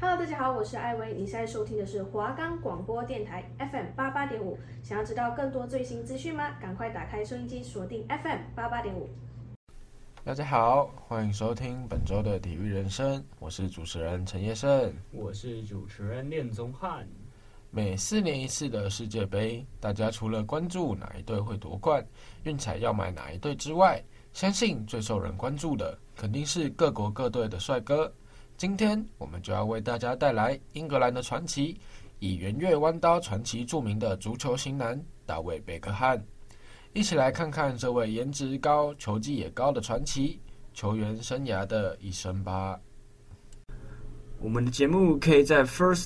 Hello， 大家好，我是艾薇，你现在收听的是华冈广播电台 FM88.5。想要知道更多最新资讯吗？赶快打开收音机，锁定 FM88.5。 大家好，欢迎收听本周的体育人生，我是主持人陈业胜， 我是主持人练宗翰。 每4年一次的世界杯，大家除了关注哪一队会夺冠、运彩要买哪一队之外，相信最受人关注的肯定是各国各队的帅哥。今天我们就要为大家带来英格兰的传奇，以圆月弯刀传奇著名的足球型男大卫·贝克汉，一起来看看这位颜值高、球技也高的传奇球员生涯的一生吧。 我们的节目可以在 First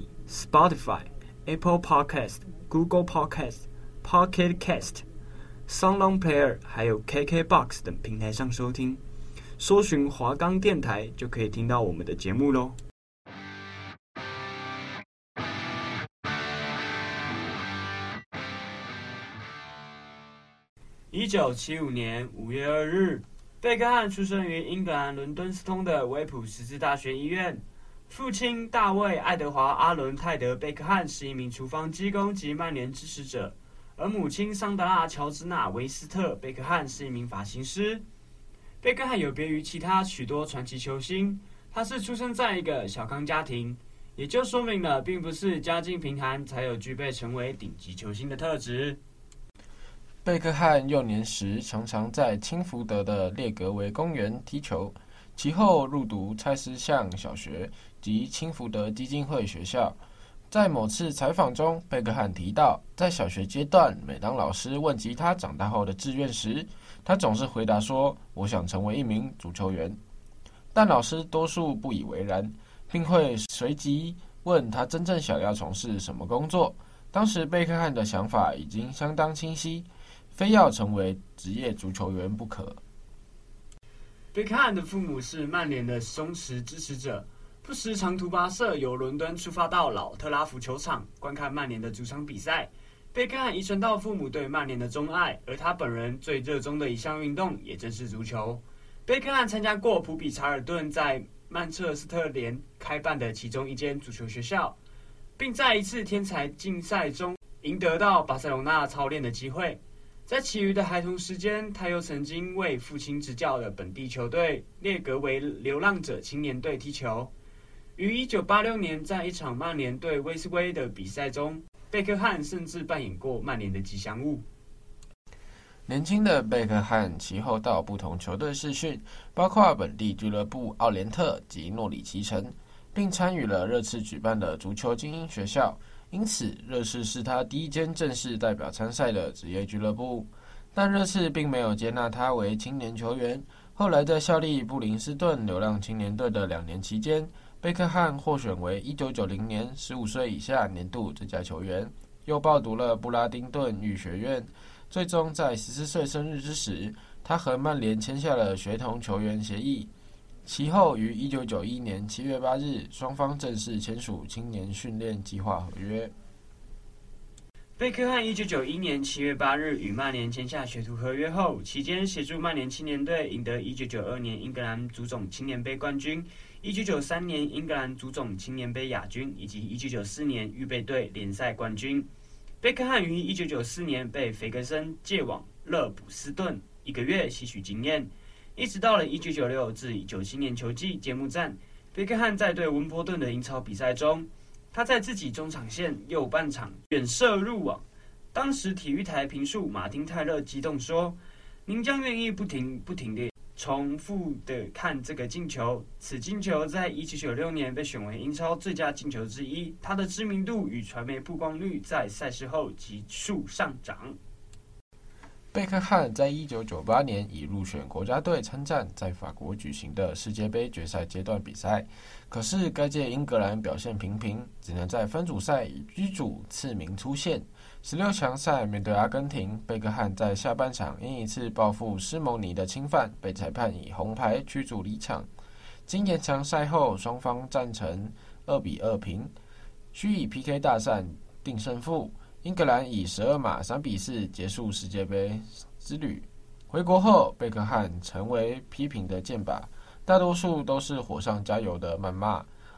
Story、Spotify、Apple Podcast、Google Podcast、Pocket Cast、SoundOn Player 还有 KKBox 等平台上收听。搜寻华冈电台就可以听到我们的节目咯。1975年5月2日，贝克汉出生于英格兰伦敦斯通的威普十字大学医院。父亲大卫·爱德华·阿伦泰德·贝克汉是一名厨房技工及曼联支持者，而母亲桑德拉·乔治娜·维斯特·贝克汉是一名发型师。贝克汉有别于其他许多传奇球星，他是出生在一个小康家庭，也就说明了并不是家境贫寒才有具备成为顶级球星的特质。 贝克汉幼年时常常在轻福德的列格维公园踢球，其后入读蔡斯巷小学及轻福德基金会学校。在某次采访中，贝克汉提到，在小学阶段，每当老师问及他长大后的志愿时，他总是回答说：“我想成为一名足球员。”但老师多数不以为然，并会随即问他真正想要从事什么工作。当时贝克汉的想法已经相当清晰，非要成为职业足球员不可。 贝克汉的父母是曼联的忠实支持者，不时长途跋涉由伦敦出发到老特拉福球场观看曼联的主场比赛。贝克汉遗传到父母对曼联的钟爱，而他本人最热衷的一项运动也正是足球。贝克汉参加过普比查尔顿在曼彻斯特联开办的其中一间足球学校，并在一次天才竞赛中赢得到巴塞罗那操练的机会。在其余的孩童时间，他又曾经为父亲执教的本地球队列格维流浪者青年队踢球。于1986年在一场曼联对威斯威的比赛中，贝克汉甚至扮演过曼联的吉祥物。 年轻的贝克汉其后到不同球队试训，包括本地俱乐部奥连特及诺里奇城，并参与了热刺举办的足球精英学校，因此热刺是他第一间正式代表参赛的职业俱乐部。但热刺并没有接纳他为青年球员，后来在效力布林斯顿流浪青年队的2年期间，贝克汉获选为1990年15岁以下年度最佳球员，又报读了布拉丁顿预学院。最终在14岁生日之时，他和曼联签下了学童球员协议。其后于1991年7月8日，双方正式签署青年训练计划合约。 贝克汉1991年7月8日与曼联签下学徒合约后，期间协助曼联青年队赢得1992年英格兰足总青年杯冠军、1993年英格兰足总青年杯亚军以及1994年预备队联赛冠军。贝克汉于1994年被斐格森借往勒普斯顿1个月吸取经验，一直到了1996至97年球季揭幕战，贝克汉在对温波顿的英超比赛中，他在自己中场线右半场远射入网。当时体育台评述马丁泰勒激动说：“您将愿意不停地重复地看这个进球。此进球在1996年被选为英超最佳进球之一，他的知名度与传媒曝光率在赛事后急速上涨。” 贝克汉在1998年已入选国家队参战在法国举行的世界杯决赛阶段比赛，可是该届英格兰表现平平，只能在分组赛以居组次名出现。16强赛面对阿根廷，贝克汉在下半场因一次报复施蒙尼的侵犯，被裁判以红牌驱逐离场。经延长赛后，双方战成2-2平，需以 PK 大战定胜负。英格兰以12码3-4结束世界杯之旅。回国后，贝克汉成为批评的箭靶，大多数都是火上加油的谩骂。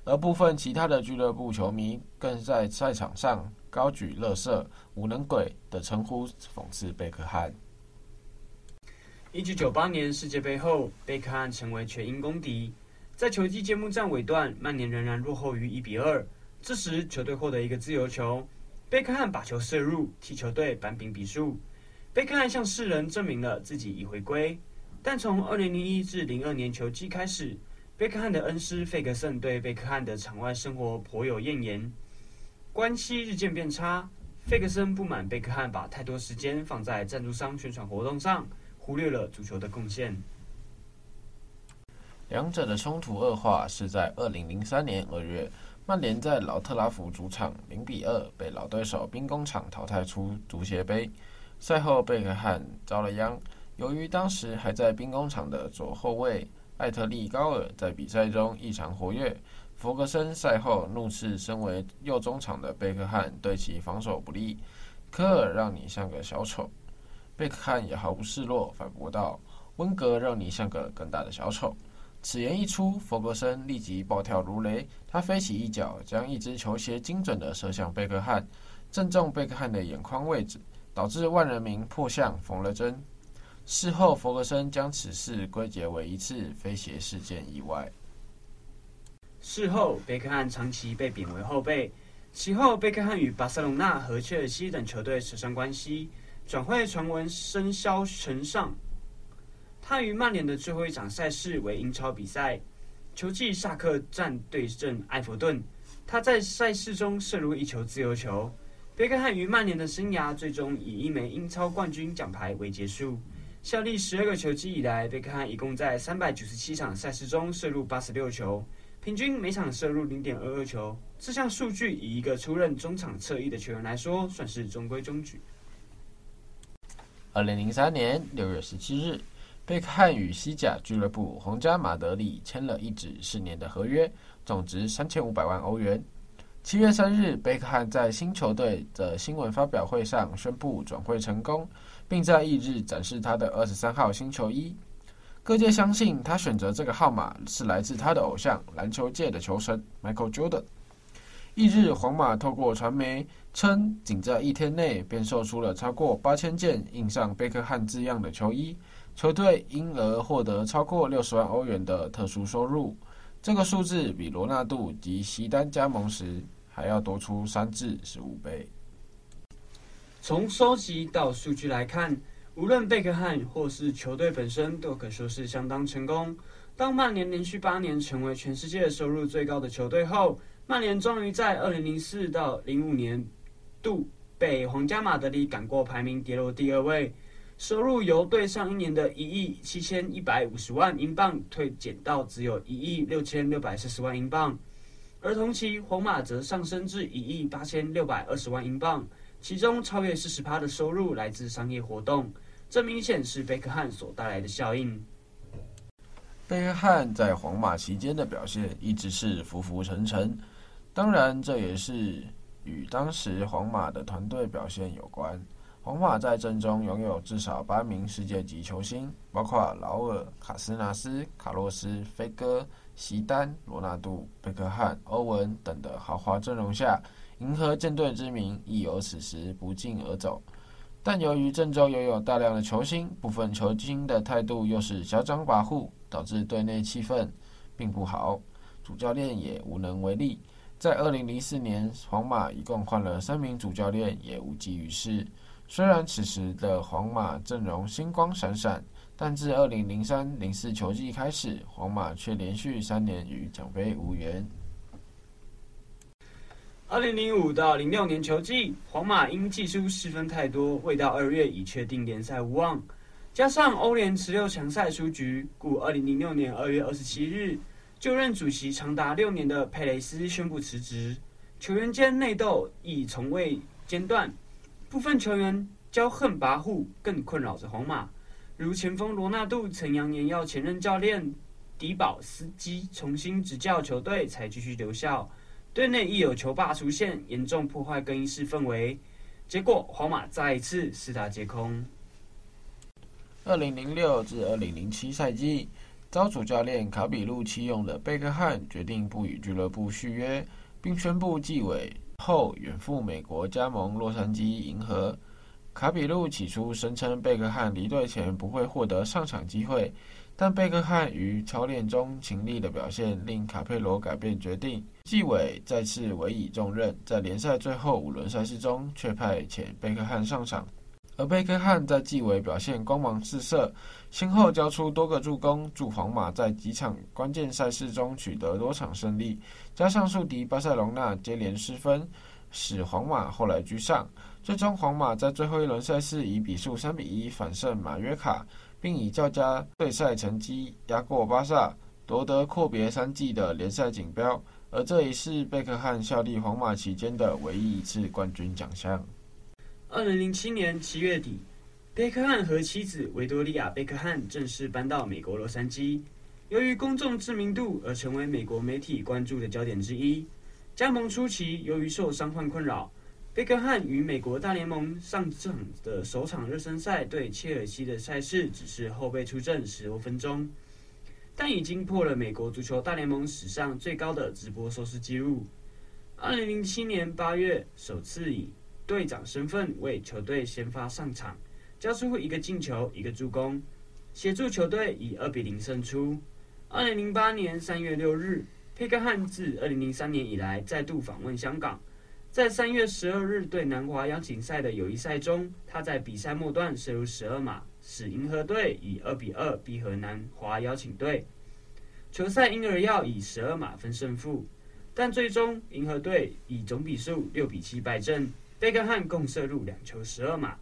而部分其他的俱乐部球迷更在赛场上高举垃圾、无能鬼的称呼讽刺贝克汉。 1998年世界杯后，贝克汉成为全英公敌。在球季揭幕战尾段，曼联仍然落后于1-2。这时，球队获得一个自由球，贝克汉把球射入，替球队扳平比数。贝克汉向世人证明了自己已回归。但从2001至02年球季开始，贝克汉的恩师费格森对贝克汉的场外生活颇有怨言，关系日渐变差。费格森不满贝克汉把太多时间放在赞助商宣传活动上，忽略了足球的贡献。 两者的冲突恶化是在2003年2月，曼联在老特拉福主场0-2被老对手兵工厂淘汰出足协杯。赛后贝克汉遭了殃，由于当时还在兵工厂的左后卫艾特利高尔在比赛中异常活跃，弗格森赛后怒斥身为右中场的贝克汉对其防守不利，科尔让你像个小丑。贝克汉也毫不示弱，反驳道：“温格让你像个更大的小丑。”此言一出，弗格森立即暴跳如雷，他飞起一脚，将一只球鞋精准地射向贝克汉，正中贝克汉的眼眶位置，导致万人迷破相缝了针。事后，弗格森将此事归结为一次飞鞋事件意外。 事后，贝克汉长期被贬为后备。其后，贝克汉与巴塞隆纳和切尔西等球队扯上关系，转会传闻声销尘上。他于曼联的最后一场赛事为英超比赛，球季萨克战对阵埃弗顿，他在赛事中射入一球自由球。贝克汉于曼联的生涯最终以一枚英超冠军奖牌为结束。效力12个球季以来，贝克汉一共在397场赛事中射入86球，平均每场射入0.22球。这项数据以一个出任中场侧翼的球员来说，算是中规中矩。 2003年6月17日，贝克汉与西甲俱乐部皇家马德里签了一纸4年的合约，总值3500万欧元。7月3日，贝克汉在新球队的新闻发表会上宣布转会成功，并在翌日展示他的23号新球衣。各界相信他选择这个号码是来自他的偶像篮球界的球神 Michael Jordan。翌日，皇马透过传媒称，仅在1天内便售出了超过8000件印上贝克汉字样的球衣，球队因而获得超过60万欧元的特殊收入。这个数字比罗纳度及席丹加盟时还要多出3至15倍。 从收集到数据来看，无论贝克汉或是球队本身都可说是相当成功。当曼联连续8年成为全世界收入最高的球队后，曼联终于在2004到05年度被皇家马德里赶过，排名跌落第2位。收入由对上一年的1亿7150万英镑退减到只有1亿6640万英镑，而同期皇马则上升至1亿8620万英镑，其中超越40%的收入来自商业活动，这明显是贝克汉所带来的效应。 贝克汉在皇马期间的表现一直是浮浮沉沉，当然这也是与当时皇马的团队表现有关。皇马在阵中拥有至少8名世界级球星，包括劳尔、卡斯纳斯、卡洛斯、菲戈、席丹、罗纳度、贝克汉、欧文等的豪华阵容下，银河舰队之名亦由此时不胫而走。但由于阵中拥有大量的球星，部分球星的态度又是嚣张跋扈，导致队内气氛并不好，主教练也无能为力。在2004年，皇马一共换了3名主教练，也无济于事。虽然此时的皇马阵容星光闪闪，但自2003-04球季开始，皇马却连续3年与奖杯无缘。 2005到06年球季，皇马因技术失分太多，未到2月已确定联赛无望，加上欧联16强赛出局，故2006年2月27日，就任主席长达6年的佩雷斯宣布辞职，球员间内斗亦从未间断。部分球员骄横跋扈，更困扰着皇马。如前锋罗纳度曾扬言要前任教练迪保斯基重新执教球队才继续留校，队内亦有球霸出现，严重破坏更衣室氛围。结果皇马再一次四大皆空。 2006至2007赛季， 遭主教练卡比路弃用的贝克汉决定不与俱乐部续约，并宣布季尾后远赴美国加盟洛杉矶银河。卡比路起初声称贝克汉离队前不会获得上场机会，但贝克汉于操练中勤力的表现令卡佩罗改变决定，季尾再次委以重任，在联赛最后5轮赛事中却派遣贝克汉上场。而贝克汉在季尾表现光芒四射，先后交出多个助攻，助皇马在几场关键赛事中取得多场胜利，加上宿敌巴塞隆纳接连失分，使皇马后来居上。最终皇马在最后1轮赛事以比数3-1反胜马约卡，并以较佳对赛成绩压过巴萨，夺得阔别3季的联赛锦标，而这也是贝克汉效力皇马期间的唯一一次冠军奖项。 2007年7月底，贝克汉和妻子维多利亚·贝克汉正式搬到美国洛杉矶。由于公众知名度而成为美国媒体关注的焦点之一。加盟初期，由于受伤患困扰，贝克汉于美国大联盟上场的首场热身赛对切尔西的赛事只是后备出阵10多分钟，但已经破了美国足球大联盟史上最高的直播收视纪录。2007年8月，首次以队长身份为球队先发上场，交出1个进球1个助攻，协助球队以2-0胜出。2008年3月6日，贝克汉自2003年以来再度访问香港，在3月12日对南华邀请赛的友谊赛中，他在比赛末段射入12码，使银河队以2-2逼和南华邀请队。球赛因而要以12码分胜负，但最终银河队以总比数6-7败阵。贝克汉共射入2球12码。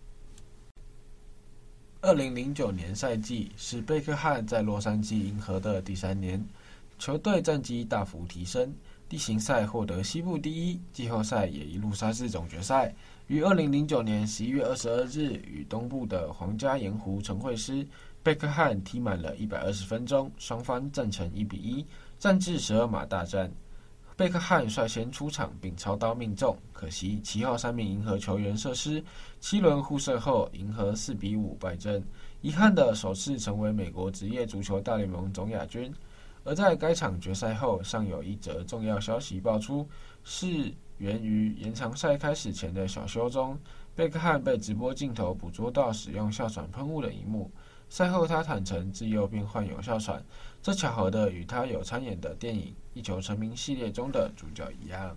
2009年赛季是贝克汉在洛杉矶银河的第3年，球队战绩大幅提升，地形赛获得西部第一，季后赛也一路杀至总决赛。于2009年11月22日与东部的皇家盐湖城会师，贝克汉踢满了120分钟，双方战成1-1，战至12码大战。贝克汉率先出场并操刀命中，可惜其后3名银河球员射失，7轮互射后银河4-5败阵，遗憾的首次成为美国职业足球大联盟总亚军。而在该场决赛后，尚有一则重要消息爆出，是源于延长赛开始前的小休中，贝克汉被直播镜头捕捉到使用哮喘喷雾的一幕。赛后他坦诚自幼便患有哮喘，这巧合的与他有参演的电影《一球成名》系列中的主角一样。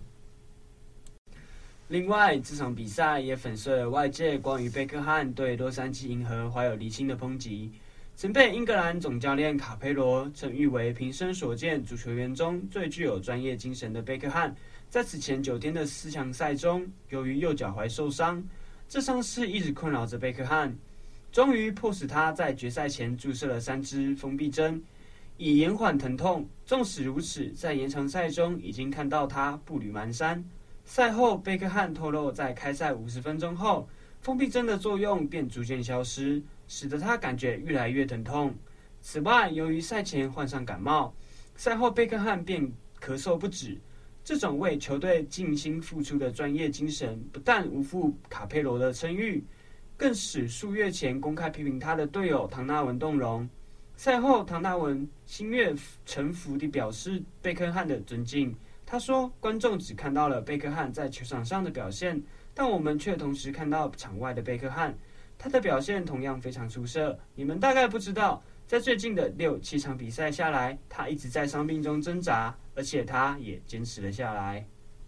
另外，这场比赛也粉碎了外界关于贝克汉对洛杉矶银河怀有厘清的抨击。曾被英格兰总教练卡佩罗称誉为平生所见足球员中最具有专业精神的贝克汉，在此前9天的4强赛中，由于右脚踝受伤，这伤势一直困扰着贝克汉。终于迫使他在决赛前注射了3支封闭针，以延缓疼痛。纵使如此，在延长赛中已经看到他步履蹒跚。赛后，贝克汉透露，在开赛50分钟后，封闭针的作用便逐渐消失，使得他感觉越来越疼痛。此外，由于赛前患上感冒，赛后贝克汉便咳嗽不止。这种为球队尽心付出的专业精神，不但无负卡佩罗的称誉，更使数月前公开批评他的队友唐纳文动容。赛后，唐纳文心悦诚服地表示贝克汉的尊敬。他说：“观众只看到了贝克汉在球场上的表现，但我们却同时看到场外的贝克汉，他的表现同样非常出色。你们大概不知道，在最近的6-7场比赛下来，他一直在伤病中挣扎，而且他也坚持了下来。”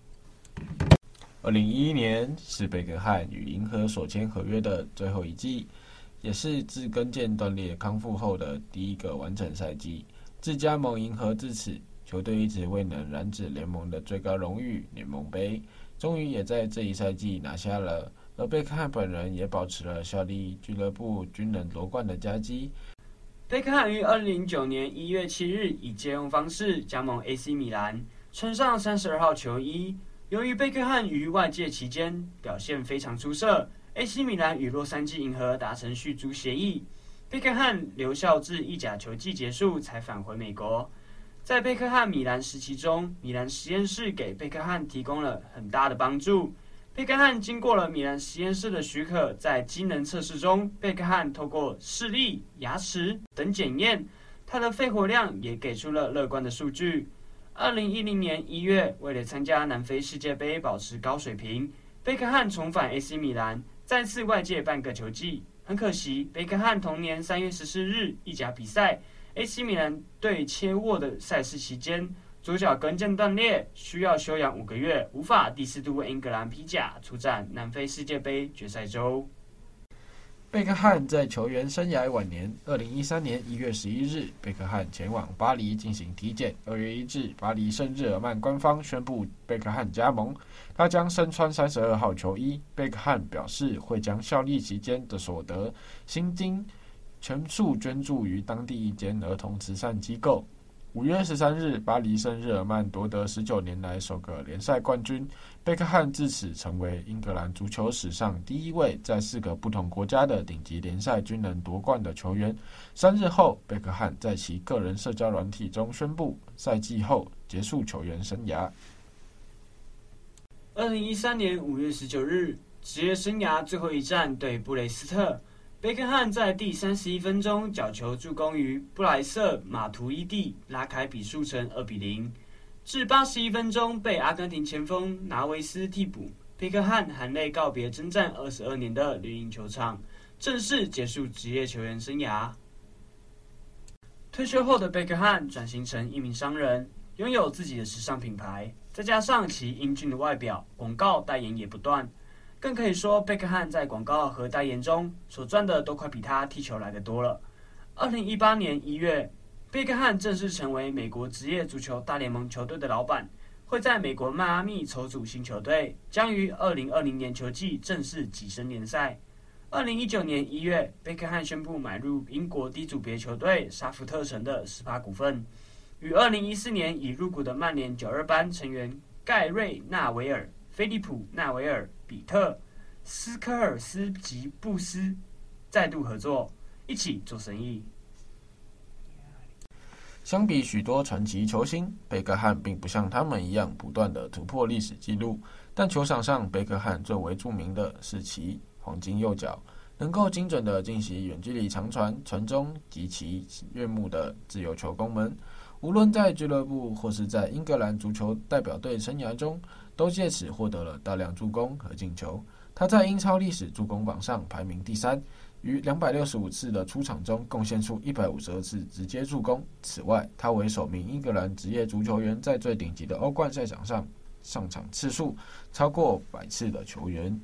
2011年是贝克汉与银河所签合约的最后一季，也是自跟腱断裂康复后的第一个完整赛季。自加盟银河至此，球队一直未能染指联盟的最高荣誉联盟杯，终于也在这一赛季拿下了。而贝克汉本人也保持了效力俱乐部均能夺冠的佳绩。 贝克汉于2009年1月7日以借用方式加盟 AC 米兰，穿上32号球衣。由于贝克汉于外界期间表现非常出色， AC 米兰与洛杉矶银河达成续租协议，贝克汉留校至意甲球季结束才返回美国。在贝克汉米兰时期中，米兰实验室给贝克汉提供了很大的帮助。贝克汉经过了米兰实验室的许可，在机能测试中，贝克汉透过视力、牙齿等检验， 他的肺活量也给出了乐观的数据。2010年1月，为了参加南非世界杯保持高水平，贝克汉重返 AC 米兰，再次外界半个球季。很可惜，贝克汉同年3月14日意甲比赛 AC 米兰对切沃的赛事期间，左脚跟腱断裂，需要休养5个月，无法第4度为英格兰披甲出战南非世界杯决赛周。 贝克汉在球员生涯晚年，2013年1月11日，贝克汉前往巴黎进行体检。2月1日，巴黎圣日耳曼官方宣布贝克汉加盟，他将身穿32号球衣。贝克汉表示会将效力期间的所得薪金全数捐助于当地一间儿童慈善机构。5月13日，巴黎圣日耳曼夺得19年来首个联赛冠军。贝克汉自此成为英格兰足球史上第一位在4个不同国家的顶级联赛均能夺冠的球员。3日后，贝克汉在其个人社交软体中宣布，赛季后结束球员生涯。 2013年5月19日，职业生涯最后一战对布雷斯特。贝克汉在第31分钟角球助攻于布莱瑟马图伊蒂，拉开比数成2-0。至81分钟被阿根廷前锋拿维斯替补，贝克汉含泪告别征战22年的绿茵球场，正式结束职业球员生涯。退休后的贝克汉转型成一名商人，拥有自己的时尚品牌，再加上其英俊的外表，广告代言也不断。更可以说，贝克汉在广告和代言中所赚的都快比他踢球来得多了。2018年1月，贝克汉正式成为美国职业足球大联盟球队的老板，会在美国迈阿密筹组新球队，将于2020年球季正式跻身联赛。2019年1月，贝克汉宣布买入英国低组别球队沙福特城的18股份，与2014年已入股的曼联92班成员盖瑞纳维尔、菲利普纳维尔、比特、斯科尔斯及布斯再度合作，一起做生意。 相比许多传奇球星，贝克汉并不像他们一样不断的突破历史纪录，但球场上贝克汉最为著名的是其黄金右脚，能够精准的进行远距离长传、传中及其悦目的自由球攻门。无论在俱乐部或是在英格兰足球代表队生涯中，都借此获得了大量助攻和进球。他在英超历史助攻榜上排名第3，于265次的出场中贡献出152次直接助攻。此外，他为首名英格兰职业足球员在最顶级的欧冠赛场上上场次数超过100次的球员。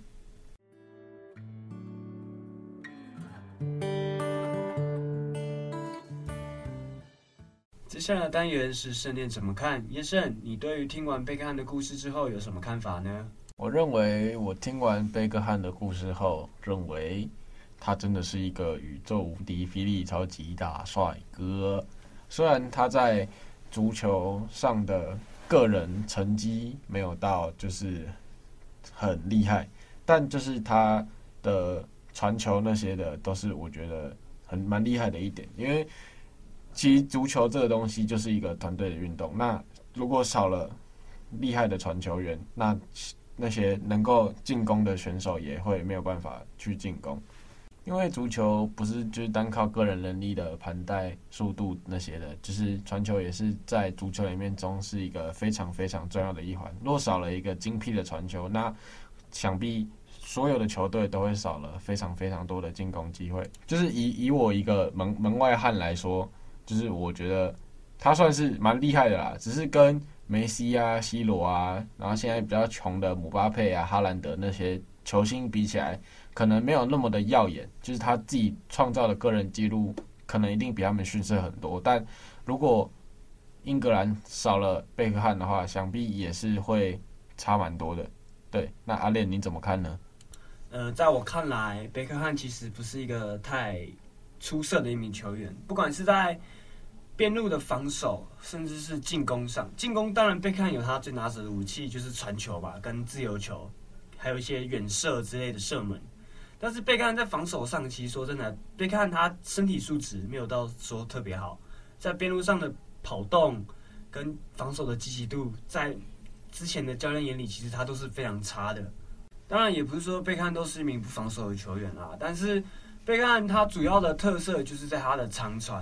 接下来的单元是圣殿怎么看？叶圣，你对于听完贝克汉的故事之后有什么看法呢？ 我认为我听完贝克汉的故事后，认为他真的是一个宇宙无敌霹雳超级大帅哥。虽然他在足球上的个人成绩没有到就是很厉害，但就是他的传球那些的都是我觉得蛮厉害的一点，因为其实足球这个东西就是一个团队的运动，那如果少了厉害的传球员，那些能够进攻的选手也会没有办法去进攻，因为足球不是就是单靠个人能力的盘带速度那些的，就是传球也是在足球里面中是一个非常非常重要的一环。若少了一个精辟的传球，那想必所有的球队都会少了非常非常多的进攻机会。就是以我一个门外汉来说，就是我觉得他算是蛮厉害的啦，只是跟梅西啊、C 罗啊，然后现在比较穷的姆巴佩啊、哈兰德那些球星比起来，可能没有那么的耀眼。就是他自己创造的个人纪录，可能一定比他们逊色很多。但如果英格兰少了贝克汉的话，想必也是会差蛮多的。对，那阿炼你怎么看呢？ 在我看来，贝克汉其实不是一个太出色的一名球员，不管是在边路的防守，甚至是进攻上。进攻当然贝克汉有他最拿手的武器，就是传球吧，跟自由球，还有一些远射之类的射门。但是贝克汉在防守上，其实说真的，贝克汉他身体素质没有到说特别好，在边路上的跑动跟防守的积极度，在之前的教练眼里，其实他都是非常差的。当然也不是说贝克汉都是一名不防守的球员啦，但是贝克汉他主要的特色就是在他的长传。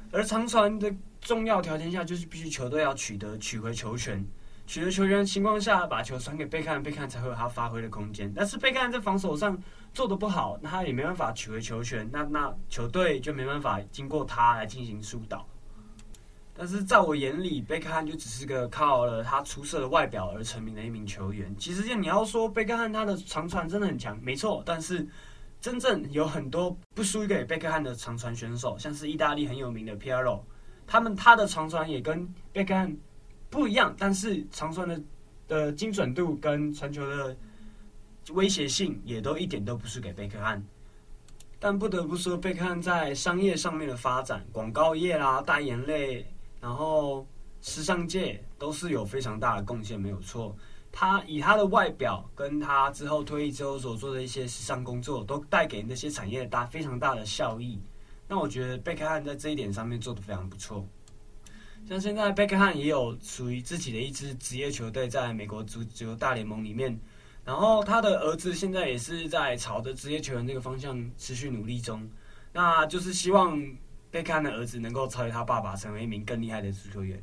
而长传的重要条件下，就是必须球队要取回球权。取得球权的情况下，把球传给贝克汉，贝克汉才会有他发挥的空间。但是贝克汉在防守上做得不好，那他也没办法取回球权，那球队就没办法经过他来进行疏导。但是在我眼里，贝克汉就只是个靠了他出色的外表而成名的一名球员。其实你要说贝克汉他的长传真的很强，没错，但是真正有很多不输给贝克汉的长传选手，像是意大利很有名的 Pirlo， 他的长传也跟贝克汉不一样，但是长传的精准度跟传球的威胁性也都一点都不输给贝克汉。但不得不说，贝克汉在商业上面的发展，广告业啦、代言类，然后时尚界都是有非常大的贡献，没有错。他以他的外表跟他之后退役之后所做的一些时尚工作，都带给那些产业非常大的效益。那我觉得贝克汉在这一点上面做得非常不错。像现在贝克汉也有属于自己的一支职业球队，在美国足球大联盟里面，然后他的儿子现在也是在朝着职业球员这个方向持续努力中。那就是希望贝克汉的儿子能够超越他爸爸，成为一名更厉害的足球员。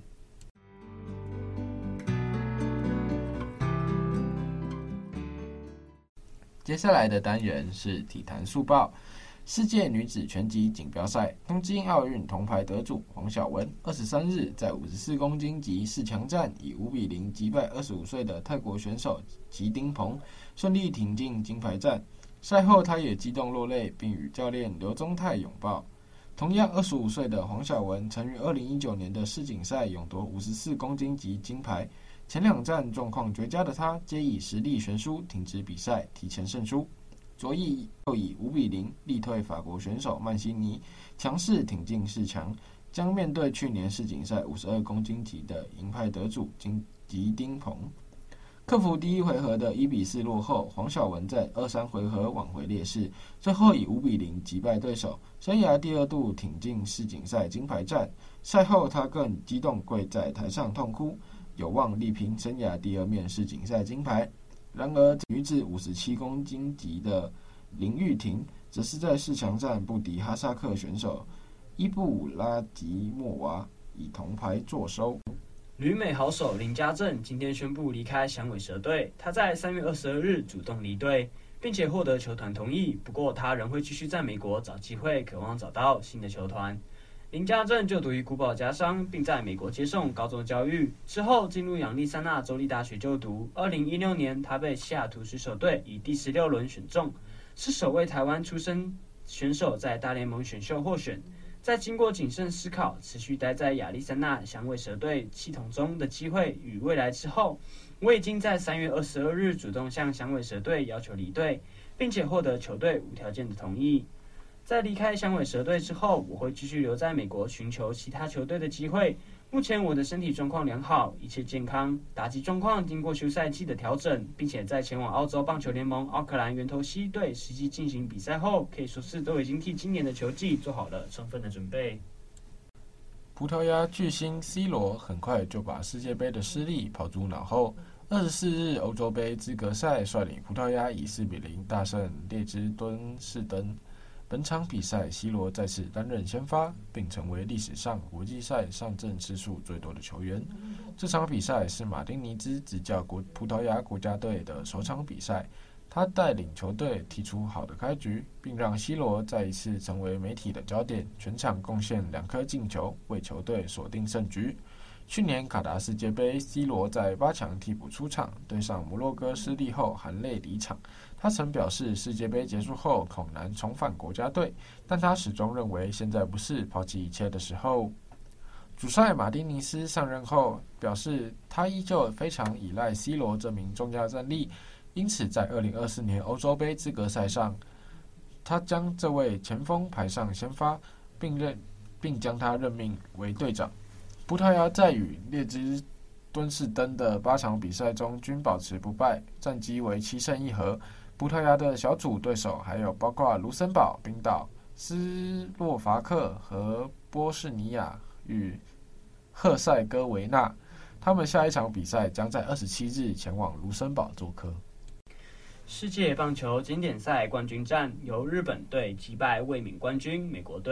接下来的单元是体坛速报。世界女子拳击锦标赛东京奥运铜牌得主黄晓雯23日在54公斤级4强战以5-0击败25岁的泰国选手吉丁鹏，顺利挺进金牌战。赛后她也激动落泪，并与教练刘宗泰拥抱。同样25岁的黄晓雯曾于2019年的世锦赛勇夺54公斤级金牌，前2战状况绝佳的她皆以实力悬殊停止比赛，提前胜出。卓毅又以5-0力退法国选手曼西尼，强势挺进4强，将面对去年世锦赛52公斤级的银牌得主吉丁鹏。克服第一回合的1-4落后，黄晓雯在2-3回合挽回劣势，最后以5-0击败对手，生涯第2度挺进世锦赛金牌战。赛后她更激动跪在台上痛哭，有望力拼生涯第2面世锦赛金牌。然而，女子57公斤级的林玉婷则是在4强战不敌哈萨克选手伊布拉吉莫娃，以铜牌作收。 旅美好手林家正今天宣布离开响尾蛇队，他在3月22日主动离队，并且获得球团同意。不过，他仍会继续在美国找机会，渴望找到新的球团。林家正就读于古堡家商，并在美国接受高中教育，之后进入亚利桑那州立大学就读。2016年，他被西雅图水手队以第16轮选中，是首位台湾出身选手在大联盟选秀获选。在经过谨慎思考，持续待在亚利桑那响尾蛇队系统中的机会与未来之后，我已经在3月22日主动向响尾蛇队要求离队，并且获得球队无条件的同意。在离开响尾蛇队之后，我会继续留在美国寻求其他球队的机会。目前我的身体状况良好，一切健康，打击状况经过休赛季的调整，并且在前往澳洲棒球联盟奥克兰源头西队实际进行比赛后，可以说是都已经替今年的球季做好了充分的准备。 葡萄牙巨星 C 罗很快就把世界杯的失利抛诸脑后。24日欧洲杯资格赛率领葡萄牙以4-0大胜列支敦士登。本场比赛 C 罗再次担任先发，并成为历史上国际赛上阵次数最多的球员。这场比赛是马丁尼兹执教葡萄牙国家队的首场比赛，他带领球队踢出好的开局，并让 C 罗再一次成为媒体的焦点，全场贡献2颗进球，为球队锁定胜局。去年卡达世界杯 ，C 罗在8强替补出场，对上摩洛哥失利后含泪离场。他曾表示，世界杯结束后恐难重返国家队，但他始终认为现在不是抛弃一切的时候。主帅马丁尼斯上任后表示，他依旧非常依赖 C 罗这名重要战力，因此在2024年欧洲杯资格赛上，他将这位前锋排上先发，并将他任命为队长。葡萄牙在与列支敦士登的8场比赛中均保持不败，战绩为7胜1和。葡萄牙的小组对手还有包括卢森堡、冰岛、斯洛伐克和波士尼亚与赫塞哥维那。他们下一场比赛将在27日前往卢森堡做客。 世界棒球经典赛冠军战由日本队击败卫冕冠军美国队，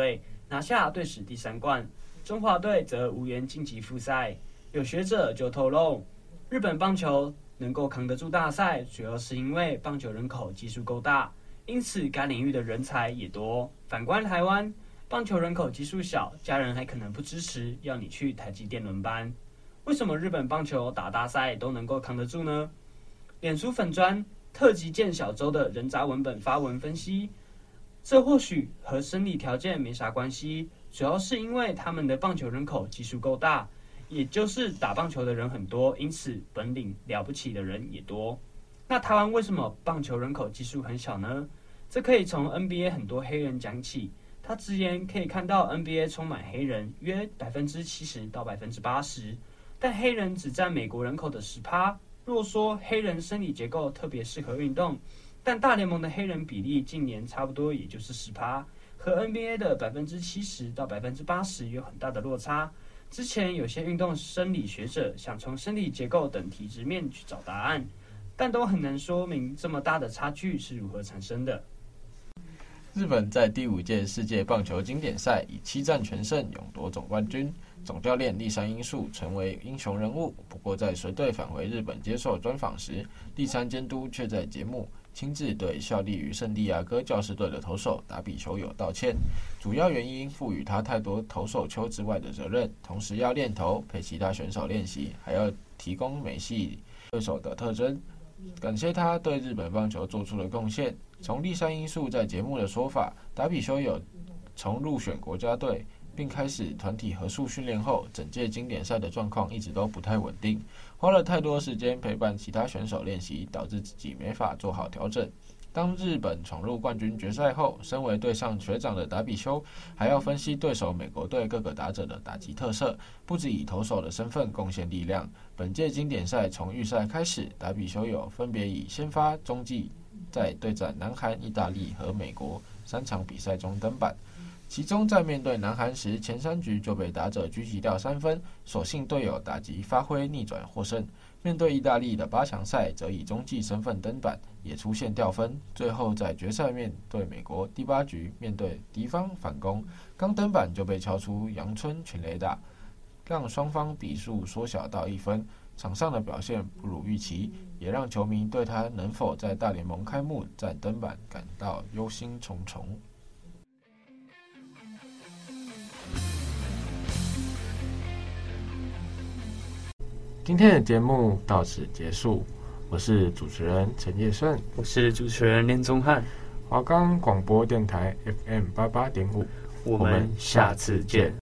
拿下队史第3冠，中华队则无缘晋级复赛。有学者就透露，日本棒球能够扛得住大赛，主要是因为棒球人口基数够大，因此该领域的人才也多。反观台湾，棒球人口基数小，家人还可能不支持，要你去台积电轮班。为什么日本棒球打大赛都能够扛得住呢？脸书粉专特级见小周的人渣文本发文分析，这或许和生理条件没啥关系，主要是因为他们的棒球人口基数够大，也就是打棒球的人很多，因此本领了不起的人也多。那台湾为什么棒球人口基数很小呢？这可以从 NBA 很多黑人讲起。他直言可以看到 NBA 充满黑人，约 70%到 80%， 但黑人只占美国人口的 10%。 若说黑人生理结构特别适合运动，但大联盟的黑人比例近年差不多也就是 10%， 和 NBA 的 70%到 80% 有很大的落差。之前有些运动生理学者想从生理结构等体质面去找答案，但都很难说明这么大的差距是如何产生的。 日本在第5届世界棒球经典赛以7战全胜勇夺总冠军，总教练立山英树成为英雄人物。不过在随队返回日本接受专访时，立山监督却在节目亲自对效力于圣地亚哥教士队的投手达比修有道歉，主要原因赋予他太多投手丘之外的责任，同时要练投，陪其他选手练习，还要提供美系对手的特征，感谢他对日本棒球做出的贡献。从立山英树在节目的说法，达比修有从入选国家队并开始团体合宿训练后，整届经典赛的状况一直都不太稳定，花了太多时间陪伴其他选手练习，导致自己没法做好调整。当日本闯入冠军决赛后，身为队上学长的达比修还要分析对手美国队各个打者的打击特色，不只以投手的身份贡献力量。本届经典赛从预赛开始，达比修有分别以先发、中继在对战南韩、意大利和美国3场比赛中登板。其中在面对南韩时，前3局就被打者狙击掉3分，所幸队友打击发挥逆转获胜。面对意大利的8强赛，则以中继身份登板，也出现掉分。最后在决赛面对美国第8局，面对敌方反攻，刚登板就被敲出阳春全垒打，让双方比数缩小到1分。场上的表现不如预期，也让球迷对他能否在大联盟开幕战登板感到忧心忡忡。今天的节目到此结束，我是主持人陈业胜， 我是主持人连宗翰， 华冈广播电台 FM 88.5，我们下次见。